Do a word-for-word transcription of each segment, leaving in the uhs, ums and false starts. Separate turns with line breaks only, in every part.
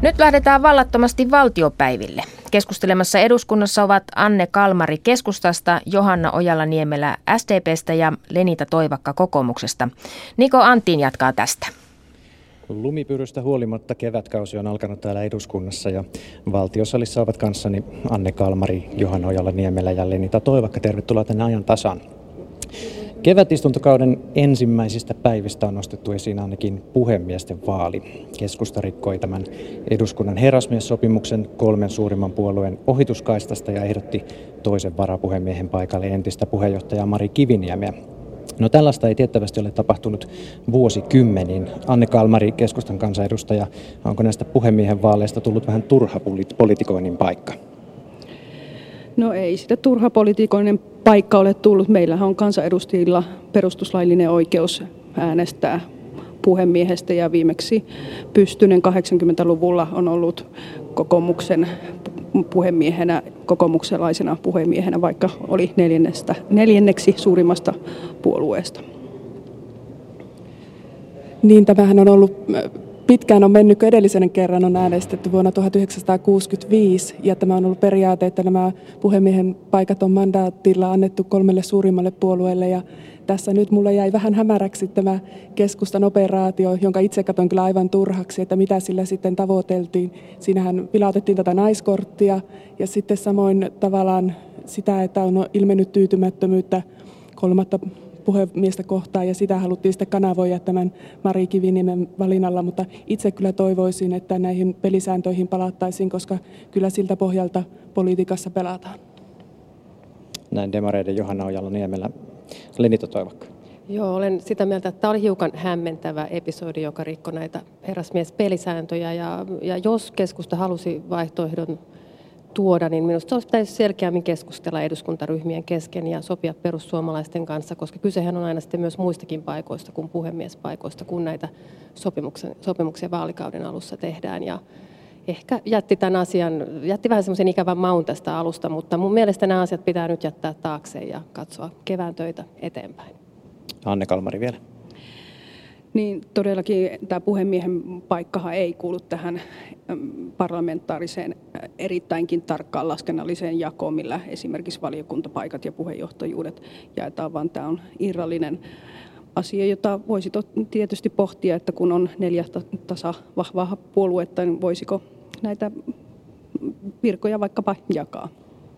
Nyt lähdetään vallattomasti valtiopäiville. Keskustelemassa eduskunnassa ovat Anne Kalmari keskustasta, Johanna Ojala-Niemelä S D P:stä ja Lenita Toivakka kokoomuksesta. Niko Antin jatkaa tästä.
Lumipyrystä huolimatta kevätkausi on alkanut täällä eduskunnassa ja valtiosalissa ovat kanssani Anne Kalmari, Johanna Ojala-Niemelä ja Lenita Toivakka. Tervetuloa tänne ajan tasaan. Kevätistuntokauden ensimmäisistä päivistä on nostettu esiin ainakin puhemiesten vaali. Keskusta rikkoi tämän eduskunnan herrasmiessopimuksen kolmen suurimman puolueen ohituskaistasta ja ehdotti toisen varapuhemiehen paikalle entistä puheenjohtajaa Mari Kiviniemeä. No tällaista ei tiettävästi ole tapahtunut vuosikymmeniin. Anne Kalmari, keskustan kansanedustaja, onko näistä puhemiehen vaaleista tullut vähän turha politikoinnin paikka?
No ei sitä turha politikoinen paikka ole tullut. Meillähän on kansanedustajilla perustuslaillinen oikeus äänestää puhemiehestä ja viimeksi Pystynen kahdeksankymmentäluvulla on ollut kokoomuksen puhemiehenä, kokoomukselaisena puhemiehenä, vaikka oli neljännestä, neljänneksi suurimmasta puolueesta.
Niin, tämähän on ollut pitkään on mennyt, kun edellisen kerran on äänestetty vuonna tuhatyhdeksänsataakuusikymmentäviisi, ja tämä on ollut periaate, että nämä puhemiehen paikat on mandaatilla annettu kolmelle suurimmalle puolueelle, ja tässä nyt mulle jäi vähän hämäräksi tämä keskustan operaatio, jonka itse katson kyllä aivan turhaksi, että mitä sillä sitten tavoiteltiin. Siinähän pilautettiin tätä naiskorttia, ja sitten samoin tavallaan sitä, että on ilmennyt tyytymättömyyttä kolmatta puhemiestä kohtaan, ja sitä haluttiin sitten kanavoida tämän Mari Kiviniemen valinnalla, mutta itse kyllä toivoisin, että näihin pelisääntöihin palattaisiin, koska kyllä siltä pohjalta politiikassa pelataan.
Näin demareiden Johanna Ojala-Niemelä. Lenita Toivakka.
Joo, olen sitä mieltä, että tämä oli hiukan hämmentävä episodi, joka rikkoi näitä herrasmiespelisääntöjä, ja, ja jos keskusta halusi vaihtoehdon tuoda, niin minusta olisi pitäisi selkeämmin keskustella eduskuntaryhmien kesken ja sopia perussuomalaisten kanssa, koska kysehän on aina sitten myös muistakin paikoista kuin puhemiespaikoista, kun näitä sopimuksen, sopimuksia vaalikauden alussa tehdään. Ja ehkä jätti tämän asian, jätti vähän semmoisen ikävän maun tästä alusta, mutta mun mielestä nämä asiat pitää nyt jättää taakse ja katsoa kevään töitä eteenpäin.
Anne Kalmari vielä.
Niin todellakin tämä puhemiehen paikkahan ei kuulu tähän parlamentaariseen erittäinkin tarkkaan laskennalliseen jakoon, millä esimerkiksi valiokuntapaikat ja puheenjohtajuudet jaetaan, vaan tämä on irrallinen asia, jota voisi tietysti pohtia, että kun on neljä tasa vahvaa puoluetta, niin voisiko näitä virkoja vaikkapa jakaa?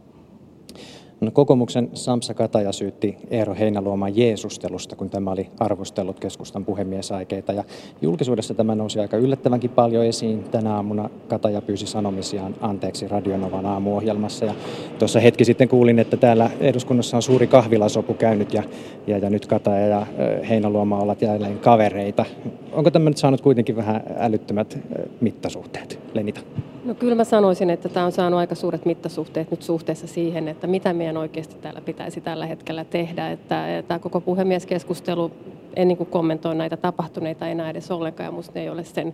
No, kokoomuksen Sampsa Kataja syytti Eero Heinäluoman jeesustelusta, kun tämä oli arvostellut keskustan puhemiesaikeita. Ja julkisuudessa tämä nousi aika yllättävänkin paljon esiin. Tänä aamuna Kataja pyysi sanomisiaan anteeksi Radionovan aamuohjelmassa. Ja tuossa hetki sitten kuulin, että täällä eduskunnassa on suuri kahvilasopu käynyt ja, ja, ja nyt Kataja ja Heinäluoma ovat jälleen kavereita. Onko tämä nyt saanut kuitenkin vähän älyttömät mittasuhteet? Lenita.
No kyllä mä sanoisin, että tämä on saanut aika suuret mittasuhteet nyt suhteessa siihen, että mitä meidän oikeasti täällä pitäisi tällä hetkellä tehdä. Että tämä koko puhemieskeskustelu, en niin kuin kommentoi näitä tapahtuneita enää edes ollenkaan, ja musta ne ei ole sen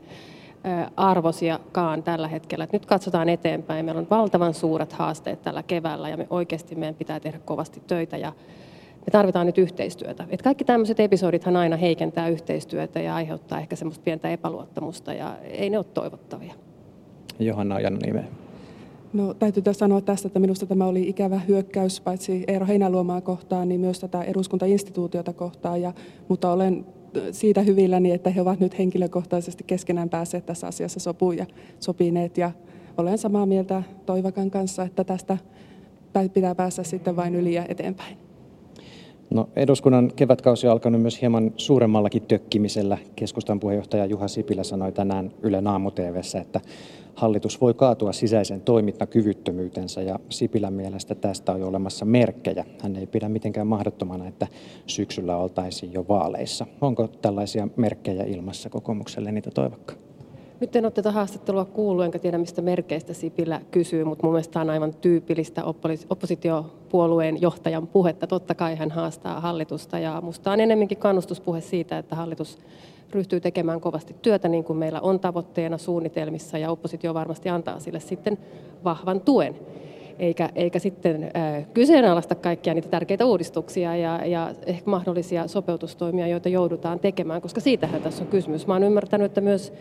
arvosiakaan tällä hetkellä. Että nyt katsotaan eteenpäin. Meillä on valtavan suuret haasteet tällä keväällä, ja me oikeasti meidän pitää tehdä kovasti töitä, ja me tarvitaan nyt yhteistyötä. Et kaikki tämmöiset episodithan aina heikentää yhteistyötä ja aiheuttaa ehkä semmoista pientä epäluottamusta, ja ei ne ole toivottavia.
Johanna Ojala-Niemelä.
No täytyy sanoa tästä, että minusta tämä oli ikävä hyökkäys paitsi Eero Heinäluomaa kohtaan, niin myös tätä eduskuntainstituutiota kohtaan. Ja, mutta olen siitä hyvilläni, että he ovat nyt henkilökohtaisesti keskenään päässeet tässä asiassa sopuun ja sopineet. Ja olen samaa mieltä Toivakan kanssa, että tästä pitää päästä sitten vain yli ja eteenpäin.
No, eduskunnan kevätkausi on alkanut myös hieman suuremmallakin tökkimisellä. Keskustan puheenjohtaja Juha Sipilä sanoi tänään Ylen aamu-tv:ssä, että hallitus voi kaatua sisäisen toimintakyvyttömyytensä, ja Sipilän mielestä tästä on jo olemassa merkkejä. Hän ei pidä mitenkään mahdottomana, että syksyllä oltaisiin jo vaaleissa. Onko tällaisia merkkejä ilmassa kokoomukselle, Lenita Toivakka?
Nyt en ole tätä haastattelua kuullut, enkä tiedä mistä merkeistä Sipilä kysyy, mutta mun mielestä on aivan tyypillistä oppositiopuolueen johtajan puhetta. Totta kai hän haastaa hallitusta, ja musta on enemmänkin kannustuspuhe siitä, että hallitus ryhtyy tekemään kovasti työtä niin kuin meillä on tavoitteena suunnitelmissa, ja oppositio varmasti antaa sille sitten vahvan tuen. Eikä, eikä sitten äh, kyseenalaista kaikkia niitä tärkeitä uudistuksia ja, ja ehkä mahdollisia sopeutustoimia, joita joudutaan tekemään, koska siitähän tässä on kysymys. Mä oon ymmärtänyt, että myös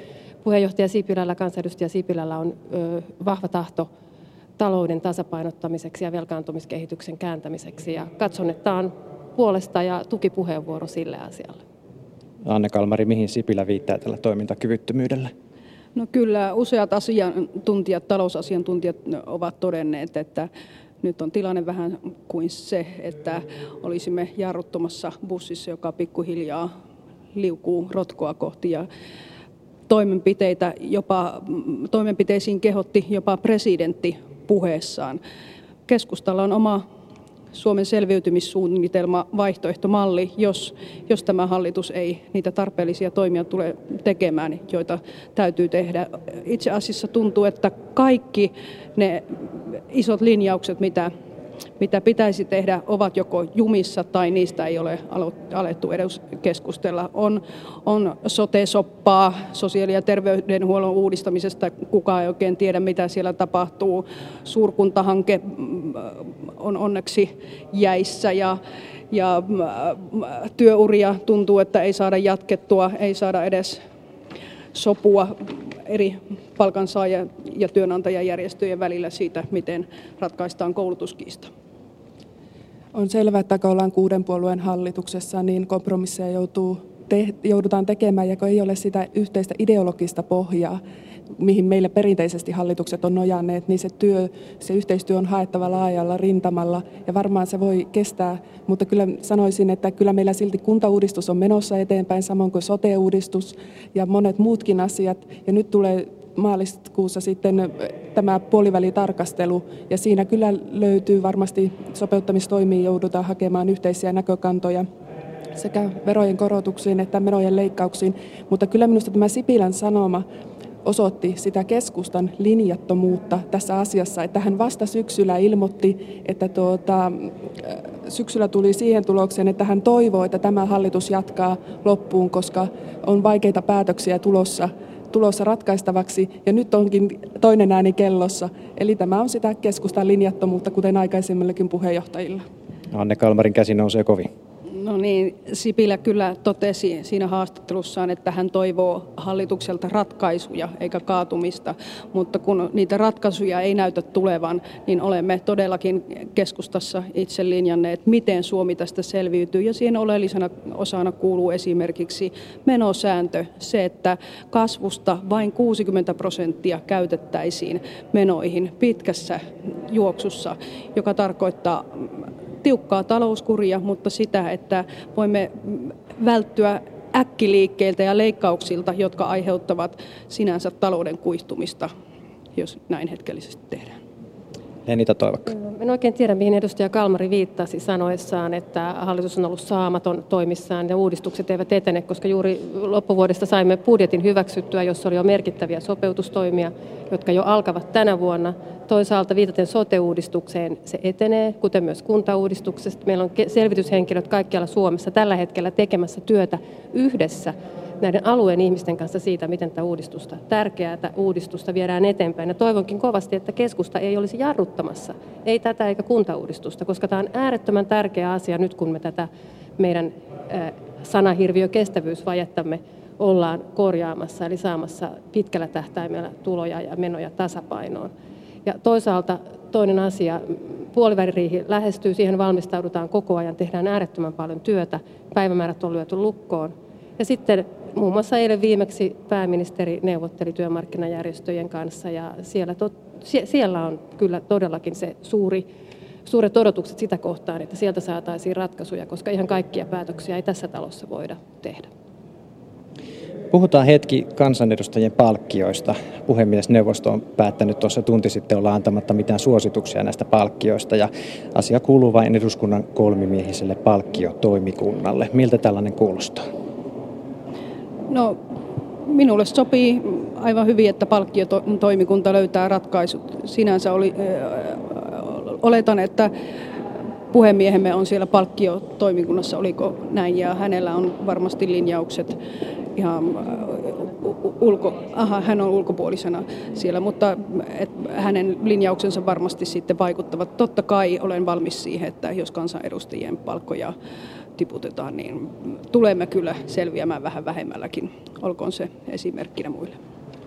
puheenjohtaja Sipilällä, kansanedustaja Sipilällä on ö, vahva tahto talouden tasapainottamiseksi ja velkaantumiskehityksen kääntämiseksi. Ja katson, että tämä on puolesta ja tukipuheenvuoro sille asialle.
Anne Kalmari, mihin Sipilä viittaa tällä toimintakyvyttömyydellä?
No kyllä useat asiantuntijat, talousasiantuntijat ovat todenneet, että nyt on tilanne vähän kuin se, että olisimme jarruttomassa bussissa, joka pikkuhiljaa liukuu rotkoa kohti. Ja toimenpiteitä jopa, toimenpiteisiin kehotti jopa presidentti puheessaan. Keskustalla on oma Suomen selviytymissuunnitelma, vaihtoehtomalli, jos, jos tämä hallitus ei niitä tarpeellisia toimia tule tekemään, joita täytyy tehdä. Itse asiassa tuntuu, että kaikki ne isot linjaukset, mitä, mitä pitäisi tehdä, ovat joko jumissa tai niistä ei ole alettu edes keskustella. On, on sote-soppaa, sosiaali- ja terveydenhuollon uudistamisesta, kukaan ei oikein tiedä, mitä siellä tapahtuu. Suurkuntahanke on onneksi jäissä ja, ja työuria tuntuu, että ei saada jatkettua, ei saada edes sopua eri palkansaaja- ja työnantajajärjestöjen välillä siitä, miten ratkaistaan koulutuskiista.
On selvää, että kun ollaan kuuden puolueen hallituksessa, niin kompromisseja joutuu te- joudutaan tekemään, ja kun ei ole sitä yhteistä ideologista pohjaa, mihin meillä perinteisesti hallitukset on nojanneet, niin se, työ, se yhteistyö on haettava laajalla rintamalla, ja varmaan se voi kestää, mutta kyllä sanoisin, että kyllä meillä silti kuntauudistus on menossa eteenpäin, samoin kuin sote-uudistus ja monet muutkin asiat, ja nyt tulee maaliskuussa sitten tämä puolivälitarkastelu, ja siinä kyllä löytyy varmasti sopeuttamistoimiin, joudutaan hakemaan yhteisiä näkökantoja sekä verojen korotuksiin että menojen leikkauksiin, mutta kyllä minusta tämä Sipilän sanoma osoitti sitä keskustan linjattomuutta tässä asiassa, että hän vasta syksyllä ilmoitti, että tuota, syksyllä tuli siihen tulokseen, että hän toivoo, että tämä hallitus jatkaa loppuun, koska on vaikeita päätöksiä tulossa, tulossa ratkaistavaksi, ja nyt onkin toinen ääni kellossa. Eli tämä on sitä keskustan linjattomuutta, kuten aikaisemmillakin puheenjohtajilla.
Anne Kalmarin käsi nousee kovin.
No niin, Sipilä kyllä totesi siinä haastattelussaan, että hän toivoo hallitukselta ratkaisuja eikä kaatumista, mutta kun niitä ratkaisuja ei näytä tulevan, niin olemme todellakin keskustassa itse linjanneet, miten Suomi tästä selviytyy. Ja siihen oleellisena osana kuuluu esimerkiksi menosääntö, se, että kasvusta vain kuusikymmentä prosenttia käytettäisiin menoihin pitkässä juoksussa, joka tarkoittaa tiukkaa talouskuria, mutta sitä, että voimme välttyä äkkiliikkeiltä ja leikkauksilta, jotka aiheuttavat sinänsä talouden kuihtumista, jos näin hetkellisesti tehdään.
Lenita Toivakka.
En oikein tiedä, mihin edustaja Kalmari viittasi sanoessaan, että hallitus on ollut saamaton toimissaan ja uudistukset eivät etene, koska juuri loppuvuodesta saimme budjetin hyväksyttyä, jossa oli jo merkittäviä sopeutustoimia, jotka jo alkavat tänä vuonna. Toisaalta viitaten sote-uudistukseen se etenee, kuten myös kuntauudistuksesta. Meillä on selvityshenkilöt kaikkialla Suomessa tällä hetkellä tekemässä työtä yhdessä näiden alueen ihmisten kanssa siitä, miten tätä uudistusta, tärkeää uudistusta viedään eteenpäin. Ja toivonkin kovasti, että keskusta ei olisi jarruttamassa, ei tätä eikä kuntauudistusta, koska tämä on äärettömän tärkeä asia nyt, kun me tätä meidän sanahirviö kestävyysvajettamme ollaan korjaamassa, eli saamassa pitkällä tähtäimellä tuloja ja menoja tasapainoon. Ja toisaalta toinen asia, puoliväliriihi lähestyy, siihen valmistaudutaan koko ajan, tehdään äärettömän paljon työtä, päivämäärät on lyöty lukkoon. Ja sitten muun muassa eilen viimeksi pääministeri neuvotteli työmarkkinajärjestöjen kanssa, ja siellä, to, siellä on kyllä todellakin se suuri, suuret odotukset sitä kohtaan, että sieltä saataisiin ratkaisuja, koska ihan kaikkia päätöksiä ei tässä talossa voida tehdä.
Puhutaan hetki kansanedustajien palkkioista. Puhemiesneuvosto on päättänyt tuossa tunti sitten olla antamatta mitään suosituksia näistä palkkioista, ja asia kuuluu vain eduskunnan kolmimiehiselle palkkiotoimikunnalle. Miltä tällainen kuulostaa?
No, minulle sopii aivan hyvin, että palkkiotoimikunta löytää ratkaisut. Sinänsä oli, äh, oletan, että puhemiehemme on siellä palkkiotoimikunnassa, oliko näin, ja hänellä on varmasti linjaukset ihan ulko, aha, hän on ulkopuolisena siellä, mutta et, hänen linjauksensa varmasti sitten vaikuttavat. Totta kai olen valmis siihen, että jos kansanedustajien palkkoja tiputetaan, niin tulemme kyllä selviämään vähän vähemmälläkin. Olkoon se esimerkkinä muille.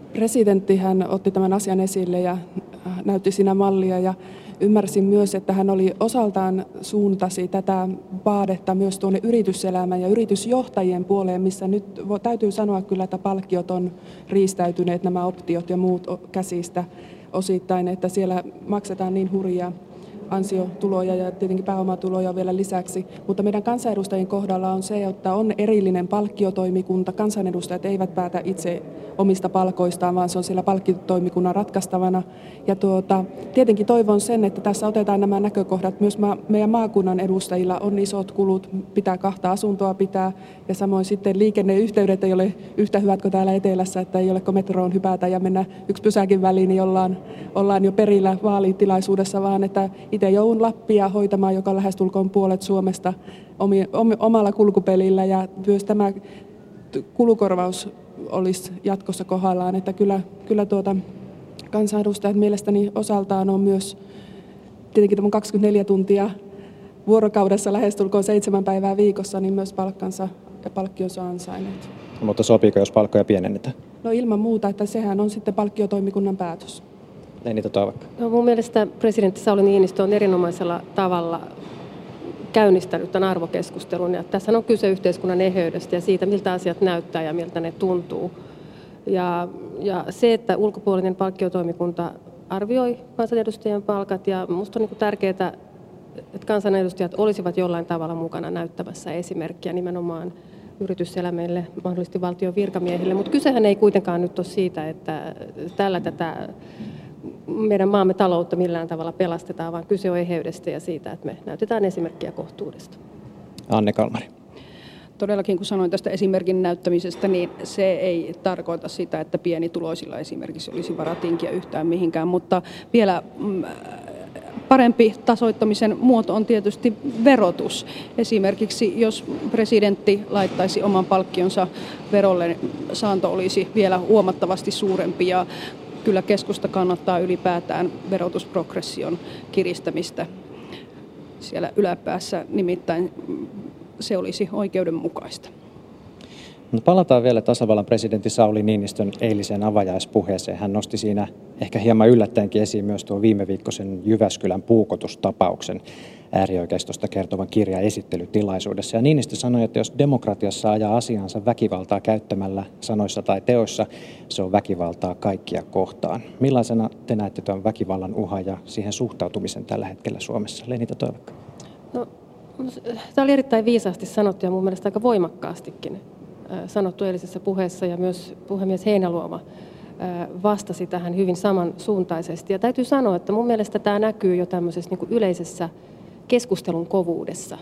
presidentti hän otti tämän asian esille ja näytti siinä mallia ja ymmärsin myös, että hän oli osaltaan suuntasi tätä vaadetta myös tuonne yrityselämään ja yritysjohtajien puoleen, missä nyt täytyy sanoa kyllä, että palkkiot on riistäytyneet, nämä optiot ja muut käsistä osittain, että siellä maksetaan niin hurjia ansiotuloja ja tietenkin pääomatuloja vielä lisäksi, mutta meidän kansanedustajien kohdalla on se, että on erillinen palkkiotoimikunta. Kansanedustajat eivät päätä itse omista palkoistaan, vaan se on siellä palkkiotoimikunnan ratkaistavana. Ja tuota, tietenkin toivon sen, että tässä otetaan nämä näkökohdat. Myös ma- meidän maakunnan edustajilla on isot kulut, pitää kahta asuntoa pitää ja samoin sitten liikenneyhteydet ei ole yhtä hyvät kuin täällä etelässä, että ei ole kuin metroon hypätä ja mennä yksi pysäkin väliin, niin ollaan, ollaan jo perillä vaalitilaisuudessa, vaan että itse joudun Lappia hoitamaan, joka on lähestulkoon puolet Suomesta omalla kulkupelillä ja myös tämä kulukorvaus olisi jatkossa kohdallaan, että kyllä, kyllä tuota, kansanedustajat mielestäni osaltaan on myös tietenkin tämän kaksikymmentäneljä tuntia vuorokaudessa lähestulkoon seitsemän päivää viikossa, niin myös palkkansa ja palkkionsa ansainneet.
Mutta sopiiko, jos palkkoja pienennetään?
No ilman muuta, että sehän on sitten palkkiotoimikunnan päätös.
Lenita Toivakka.
No, mun mielestä presidentti Sauli Niinistö on erinomaisella tavalla käynnistänyt tämän arvokeskustelun. Ja tässä on kyse yhteiskunnan eheydestä ja siitä, miltä asiat näyttää ja miltä ne tuntuu. Ja, ja se, että ulkopuolinen palkkiotoimikunta arvioi kansanedustajien palkat ja minusta on niin kuin tärkeää, että kansanedustajat olisivat jollain tavalla mukana näyttämässä esimerkkiä nimenomaan yrityselämille, mahdollisesti valtion virkamiehille. Mutta kysehän ei kuitenkaan nyt ole siitä, että tällä tätä meidän maamme taloutta millään tavalla pelastetaan, vaan kyse on eheydestä ja siitä, että me näytetään esimerkkiä kohtuudesta.
Anne Kalmari.
Todellakin, kun sanoin tästä esimerkin näyttämisestä, niin se ei tarkoita sitä, että pienituloisilla esimerkiksi olisi varaa tinkiä yhtään mihinkään, mutta vielä parempi tasoittamisen muoto on tietysti verotus. Esimerkiksi jos presidentti laittaisi oman palkkionsa verolle, saanto olisi vielä huomattavasti suurempi ja kyllä keskusta kannattaa ylipäätään verotusprogression kiristämistä siellä yläpäässä, nimittäin se olisi oikeudenmukaista.
No palataan vielä tasavallan presidentti Sauli Niinistön eiliseen avajaispuheeseen. Hän nosti siinä ehkä hieman yllättäenkin esiin myös tuon viime viikkoisen Jyväskylän puukotustapauksen äärioikeistosta kertovan kirjan esittelytilaisuudessa. Ja Niinistö sanoi, että jos demokratiassa ajaa asiansa väkivaltaa käyttämällä sanoissa tai teoissa, se on väkivaltaa kaikkia kohtaan. Millaisena te näette tuon väkivallan uhan ja siihen suhtautumisen tällä hetkellä Suomessa? Lenita Toivakka.
No, tämä oli erittäin viisaasti sanottu ja mun mielestä aika voimakkaastikin sanottu eilisessä puheessa ja myös puhemies Heinäluoma vastasi tähän hyvin samansuuntaisesti. Ja täytyy sanoa, että mun mielestä tämä näkyy jo tämmöisessä niin kuin yleisessä keskustelun kovuudessa.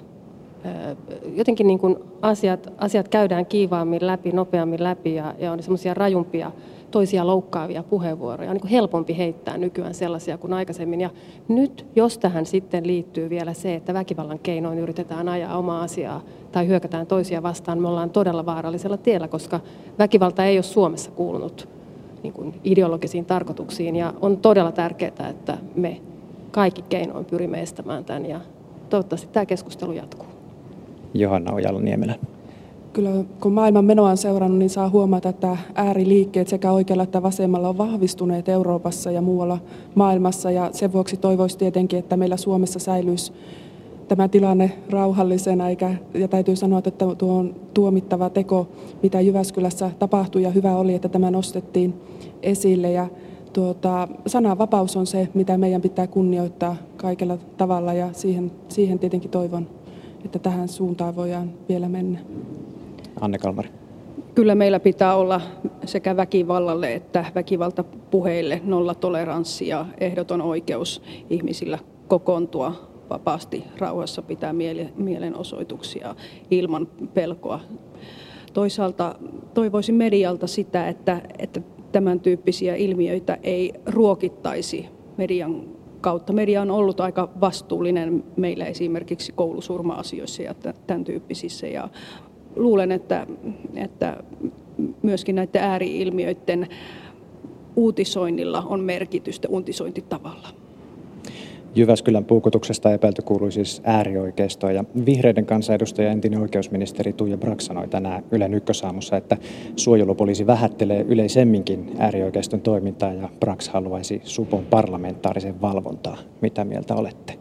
Jotenkin niin kuin asiat, asiat käydään kiivaammin läpi, nopeammin läpi ja, ja on semmoisia rajumpia, toisia loukkaavia puheenvuoroja. On niin kuin helpompi heittää nykyään sellaisia kuin aikaisemmin. Ja nyt, jos tähän sitten liittyy vielä se, että väkivallan keinoin yritetään ajaa omaa asiaa tai hyökätään toisia vastaan, me ollaan todella vaarallisella tiellä, koska väkivalta ei ole Suomessa kuulunut niin kuin ideologisiin tarkoituksiin. Ja on todella tärkeää, että me kaikki keinoin pyrimme estämään tämän ja toivottavasti tämä keskustelu jatkuu.
Johanna Ojala-Niemelä.
Kyllä kun maailman menoa on seurannut, niin saa huomata, että ääriliikkeet sekä oikealla että vasemmalla on vahvistuneet Euroopassa ja muualla maailmassa. Ja sen vuoksi toivoisi tietenkin, että meillä Suomessa säilyisi tämä tilanne rauhallisena. Eikä, ja täytyy sanoa, että tuo on tuomittava teko, mitä Jyväskylässä tapahtui. Ja hyvä oli, että tämä nostettiin esille. Ja tuota, sananvapaus on se, mitä meidän pitää kunnioittaa kaikella tavalla. Ja siihen, siihen tietenkin toivon, että tähän suuntaan voidaan vielä mennä.
Anne Kalmari.
Kyllä meillä pitää olla sekä väkivallalle että väkivaltapuheille nollatoleranssi ja ehdoton oikeus ihmisillä kokoontua vapaasti rauhassa, pitää mielenosoituksia ilman pelkoa. Toisaalta toivoisin medialta sitä, että, että tämän tyyppisiä ilmiöitä ei ruokittaisi median kautta. Media on ollut aika vastuullinen meillä esimerkiksi koulusurma-asioissa ja tämän tyyppisissä. Ja luulen, että, että myöskin näiden ääri-ilmiöiden uutisoinnilla on merkitystä uutisointitavalla.
Jyväskylän puukotuksesta epäilty kuului siis äärioikeistoon, ja vihreiden kansanedustaja entinen oikeusministeri Tuija Brax sanoi tänään Ylen Ykkösaamussa, että suojelupoliisi vähättelee yleisemminkin äärioikeiston toimintaa ja Brax haluaisi supon parlamentaarisen valvontaa. Mitä mieltä olette?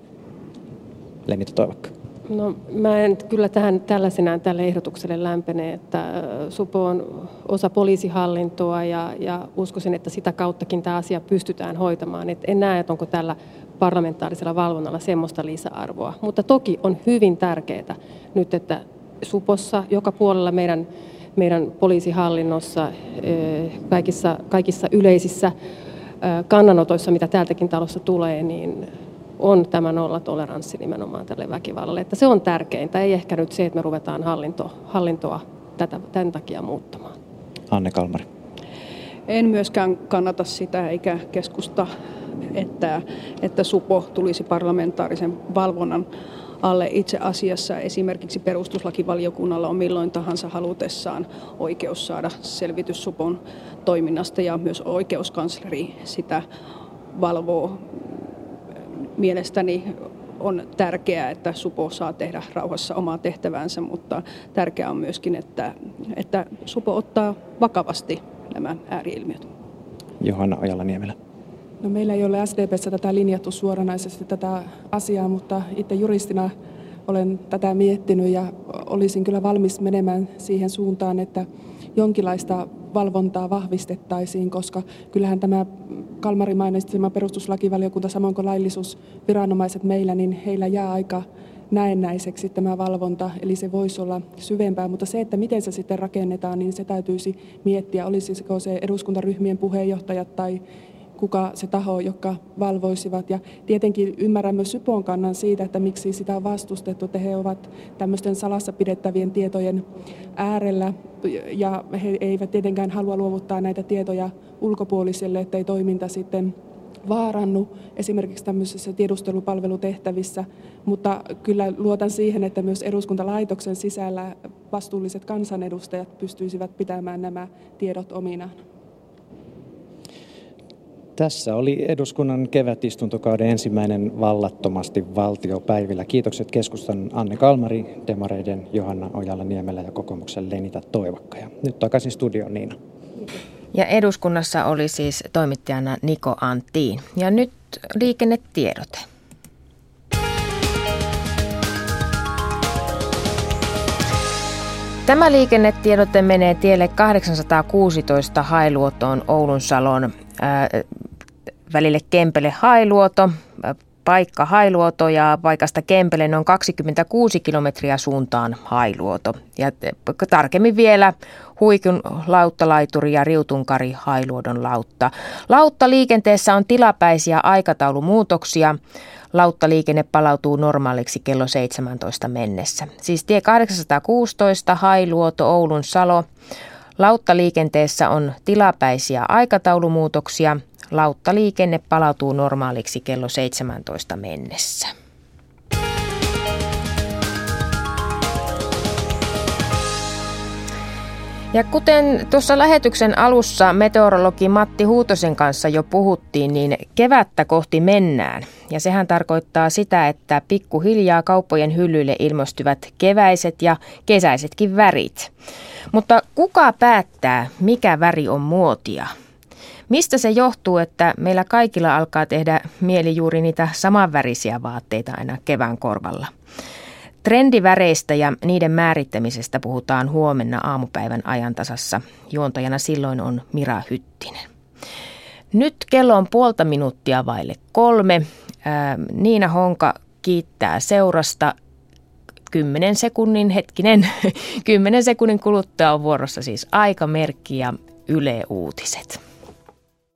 Lenita Toivakka.
No, mä en kyllä tähän tällaisenään tälle ehdotukselle lämpene, että supo on osa poliisihallintoa ja, ja uskoisin, että sitä kauttakin tämä asia pystytään hoitamaan. Et en näe, että onko tällä parlamentaarisella valvonnalla semmoista lisäarvoa, mutta toki on hyvin tärkeää nyt, että supossa joka puolella meidän, meidän poliisihallinnossa, kaikissa, kaikissa yleisissä kannanotoissa, mitä täältäkin talossa tulee, niin on tämä nollatoleranssi nimenomaan tälle väkivallalle. Että se on tärkeintä, ei ehkä nyt se, että me ruvetaan hallinto, hallintoa tätä, tämän takia muuttamaan.
Anne Kalmari.
En myöskään kannata sitä eikä keskusta, että, että supo tulisi parlamentaarisen valvonnan alle. Itse asiassa esimerkiksi perustuslakivaliokunnalla on milloin tahansa halutessaan oikeus saada selvitys supon toiminnasta ja myös oikeuskansleri sitä valvoo. Mielestäni on tärkeää, että supo saa tehdä rauhassa omaa tehtävänsä, mutta tärkeää on myöskin, että, että supo ottaa vakavasti nämä ääriilmiöt.
Johanna Ojala-Niemelä.
No, meillä ei ole S D P:ssä tätä linjattu suoranaisesti tätä asiaa, mutta itse juristina olen tätä miettinyt ja olisin kyllä valmis menemään siihen suuntaan, että jonkinlaista valvontaa vahvistettaisiin, koska kyllähän tämä Kalmari mainitsema perustuslakivaliokunta, samoin kuin laillisuusviranomaiset meillä, niin heillä jää aika näennäiseksi tämä valvonta, eli se voisi olla syvempää, mutta se, että miten se sitten rakennetaan, niin se täytyisi miettiä, olisiko se eduskuntaryhmien puheenjohtajat tai kuka se taho, joka valvoisivat. Ja tietenkin ymmärrän myös Supon kannan siitä, että miksi sitä on vastustettu, että he ovat tämmöisten salassa pidettävien tietojen äärellä ja he eivät tietenkään halua luovuttaa näitä tietoja ulkopuoliselle, ettei toiminta sitten vaarannu esimerkiksi tämmöisissä tiedustelupalvelutehtävissä, mutta kyllä luotan siihen, että myös eduskuntalaitoksen sisällä vastuulliset kansanedustajat pystyisivät pitämään nämä tiedot ominaan.
Tässä oli eduskunnan kevätistuntokauden ensimmäinen vallattomasti valtiopäivillä. Kiitokset keskustan Anne Kalmari, demareiden Johanna Ojala-Niemelä ja kokoomuksen Lenita Toivakka. Ja nyt takaisin studioon, Niina.
Ja eduskunnassa oli siis toimittajana Niko Antin. Ja nyt liikennetiedote. Tämä liikennetiedote menee tielle kahdeksansataakuusitoista Hailuotoon Oulunsalon ää, välille Kempele-Hailuoto, paikka Hailuoto ja paikasta Kempele noin kaksikymmentäkuusi kilometriä suuntaan Hailuoto. Ja tarkemmin vielä Huikun lauttalaituri ja Riutunkari Hailuodon lautta. Lauttaliikenteessä on tilapäisiä aikataulumuutoksia. Lauttaliikenne palautuu normaaliksi kello seitsemäntoista mennessä. Siis tie kahdeksansataakuusitoista Hailuoto Oulun Salo. Lauttaliikenteessä on tilapäisiä aikataulumuutoksia. Lauttaliikenne palautuu normaaliksi kello seitsemäntoista mennessä. Ja kuten tuossa lähetyksen alussa meteorologi Matti Huutosen kanssa jo puhuttiin, niin kevättä kohti mennään. Ja sehän tarkoittaa sitä, että pikkuhiljaa kauppojen hyllyille ilmestyvät keväiset ja kesäisetkin värit. Mutta kuka päättää, mikä väri on muotia? Mistä se johtuu, että meillä kaikilla alkaa tehdä mieli juuri niitä samanvärisiä vaatteita aina kevään korvalla? Trendiväreistä ja niiden määrittämisestä puhutaan huomenna aamupäivän ajantasassa. Juontajana silloin on Mira Hyttinen. Nyt kello on puolta minuuttia vaille kolme. Ää, Niina Honka kiittää seurasta. Kymmenen sekunnin, hetkinen, kymmenen sekunnin kuluttua on vuorossa siis Aikamerkki ja Yle Uutiset.